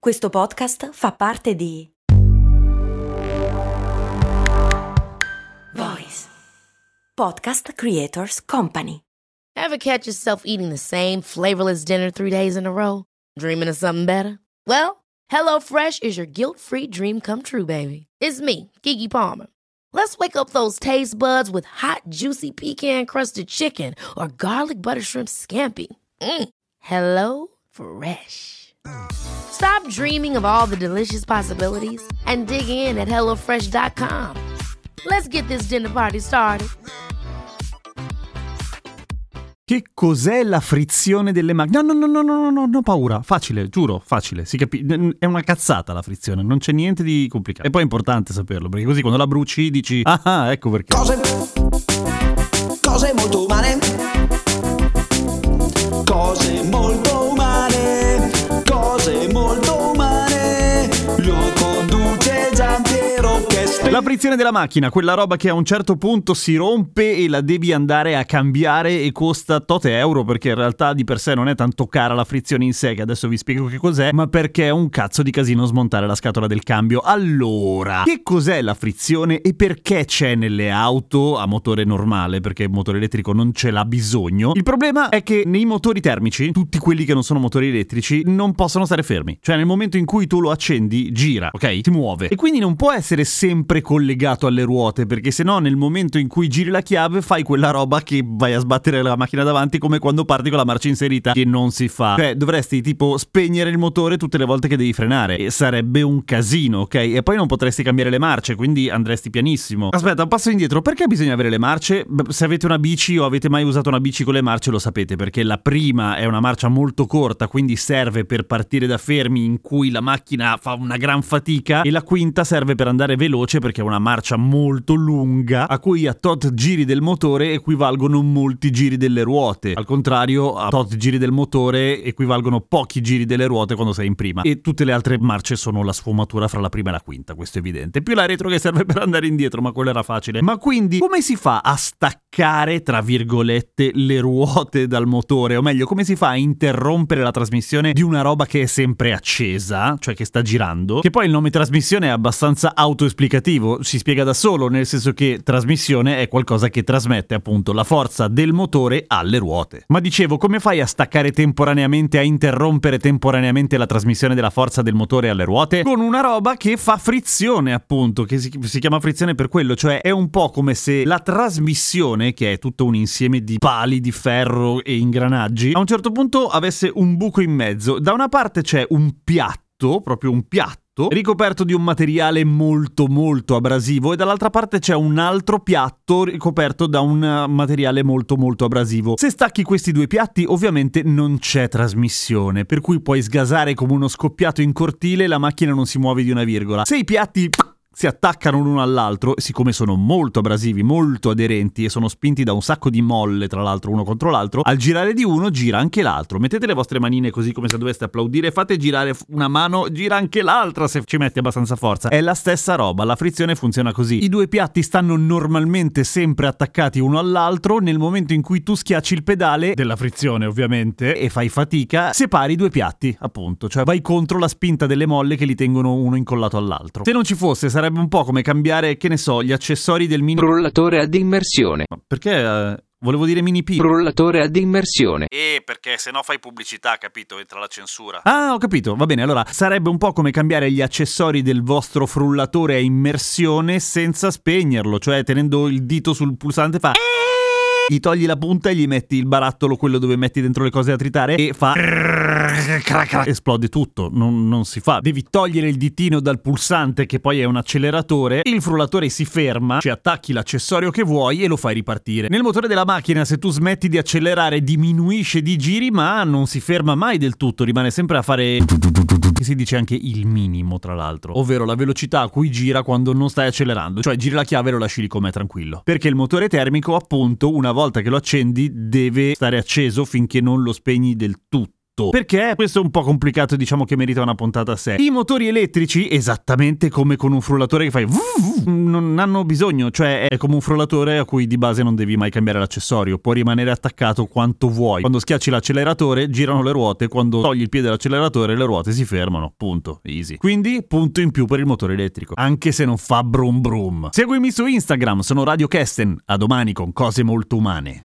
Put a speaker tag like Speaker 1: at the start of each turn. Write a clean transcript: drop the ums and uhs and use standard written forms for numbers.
Speaker 1: Questo podcast fa parte di Voice Podcast Creators Company.
Speaker 2: Ever catch yourself eating the same flavorless dinner 3 days in a row? Dreaming of something better? Well, HelloFresh is your guilt-free dream come true, baby. It's me, Keke Palmer. Let's wake up those taste buds with hot, juicy pecan-crusted chicken or garlic butter shrimp scampi. Hello Fresh. Stop dreaming of all the delicious possibilities and dig in at HelloFresh.com. Let's get this dinner party started.
Speaker 3: Che cos'è la frizione delle macchine? No, paura, facile, giuro, facile, si è una cazzata la frizione, non c'è niente di complicato. E poi è importante saperlo, perché così quando la bruci dici, ecco perché.
Speaker 4: Cose molto umane. Cose molto umane. Cose molto umane. Lo conduce Giampiero che
Speaker 3: La frizione della macchina, quella roba che a un certo punto si rompe e la devi andare a cambiare e costa tot euro, perché in realtà di per sé non è tanto cara la frizione in sé, che adesso vi spiego che cos'è, ma perché è un cazzo di casino smontare la scatola del cambio. Allora, che cos'è la frizione e perché c'è nelle auto a motore normale? Perché il motore elettrico non ce l'ha bisogno. Il problema è che nei motori termici, tutti quelli che non sono motori elettrici, non possono stare fermi. Cioè nel momento in cui tu lo accendi, gira, ok? Si muove. E quindi non può essere sempre collegato alle ruote, perché sennò nel momento in cui giri la chiave fai quella roba che vai a sbattere la macchina davanti, come quando parti con la marcia inserita, che non si fa. Cioè dovresti tipo spegnere il motore tutte le volte che devi frenare e sarebbe un casino, ok? E poi non potresti cambiare le marce, quindi andresti pianissimo. Aspetta, un passo indietro, perché bisogna avere le marce? Se avete una bici o avete mai usato una bici con le marce lo sapete, perché la prima è una marcia molto corta, quindi serve per partire da fermi in cui la macchina fa una gran fatica, e la quinta serve per andare veloce perché è una marcia molto lunga a cui a tot giri del motore equivalgono molti giri delle ruote. Al contrario, a tot giri del motore equivalgono pochi giri delle ruote quando sei in prima, e tutte le altre marce sono la sfumatura fra la prima e la quinta, questo è evidente. Più la retro che serve per andare indietro, ma quello era facile. Ma quindi come si fa a staccare, tra virgolette, le ruote dal motore? O meglio, come si fa a interrompere la trasmissione di una roba che è sempre accesa, cioè che sta girando? Che poi il nome trasmissione è abbastanza autoesplicativo, si spiega da solo, nel senso che trasmissione è qualcosa che trasmette appunto la forza del motore alle ruote. Ma dicevo, come fai a staccare temporaneamente, a interrompere temporaneamente la trasmissione della forza del motore alle ruote? Con una roba che fa frizione, appunto, che si chiama frizione per quello, cioè è un po' come se la trasmissione, che è tutto un insieme di pali di ferro e ingranaggi, a un certo punto avesse un buco in mezzo. Da una parte c'è un piatto, proprio un piatto ricoperto di un materiale molto molto abrasivo, e dall'altra parte c'è un altro piatto ricoperto da un materiale molto molto abrasivo. Se stacchi questi due piatti ovviamente non c'è trasmissione, per cui puoi sgasare come uno scoppiato in cortile, la macchina non si muove di una virgola. Se i piatti si attaccano l'uno all'altro, siccome sono molto abrasivi, molto aderenti e sono spinti da un sacco di molle, tra l'altro uno contro l'altro, al girare di uno gira anche l'altro. Mettete le vostre manine così come se doveste applaudire, fate girare una mano, gira anche l'altra se ci metti abbastanza forza. È la stessa roba, la frizione funziona così. I due piatti stanno normalmente sempre attaccati uno all'altro, nel momento in cui tu schiacci il pedale della frizione ovviamente e fai fatica, separi i due piatti, appunto, cioè vai contro la spinta delle molle che li tengono uno incollato all'altro. Se non ci fosse sarebbe un po' come cambiare, che ne so, gli accessori del mini
Speaker 5: frullatore ad immersione.
Speaker 3: Ma perché volevo dire mini P.
Speaker 5: Frullatore ad immersione.
Speaker 3: Perché se no fai pubblicità, capito? Entra la censura. Ho capito, va bene. Allora, sarebbe un po' come cambiare gli accessori del vostro frullatore a immersione senza spegnerlo, cioè tenendo il dito sul pulsante fa gli togli la punta e gli metti il barattolo, quello dove metti dentro le cose da tritare, e fa esplode tutto. Non si fa. Devi togliere il ditino dal pulsante, che poi è un acceleratore, il frullatore si ferma, ci attacchi l'accessorio che vuoi e lo fai ripartire. Nel motore della macchina, se tu smetti di accelerare, diminuisce di giri, ma non si ferma mai del tutto, rimane sempre a fare, che si dice anche il minimo, tra l'altro, ovvero la velocità a cui gira quando non stai accelerando, cioè giri la chiave e lo lasci lì com'è, tranquillo, perché il motore termico, appunto, una volta che lo accendi deve stare acceso finché non lo spegni del tutto. tutto. Perché questo è un po' complicato, diciamo che merita una puntata a sé. I motori elettrici, esattamente come con un frullatore che fai non hanno bisogno, cioè è come un frullatore a cui di base non devi mai cambiare l'accessorio, può rimanere attaccato quanto vuoi. Quando schiacci l'acceleratore girano le ruote, quando togli il piede dall'acceleratore le ruote si fermano, punto, easy. Quindi punto in più per il motore elettrico, anche se non fa brum brum. Seguimi su Instagram, sono Radio Kesten, a domani con cose molto umane.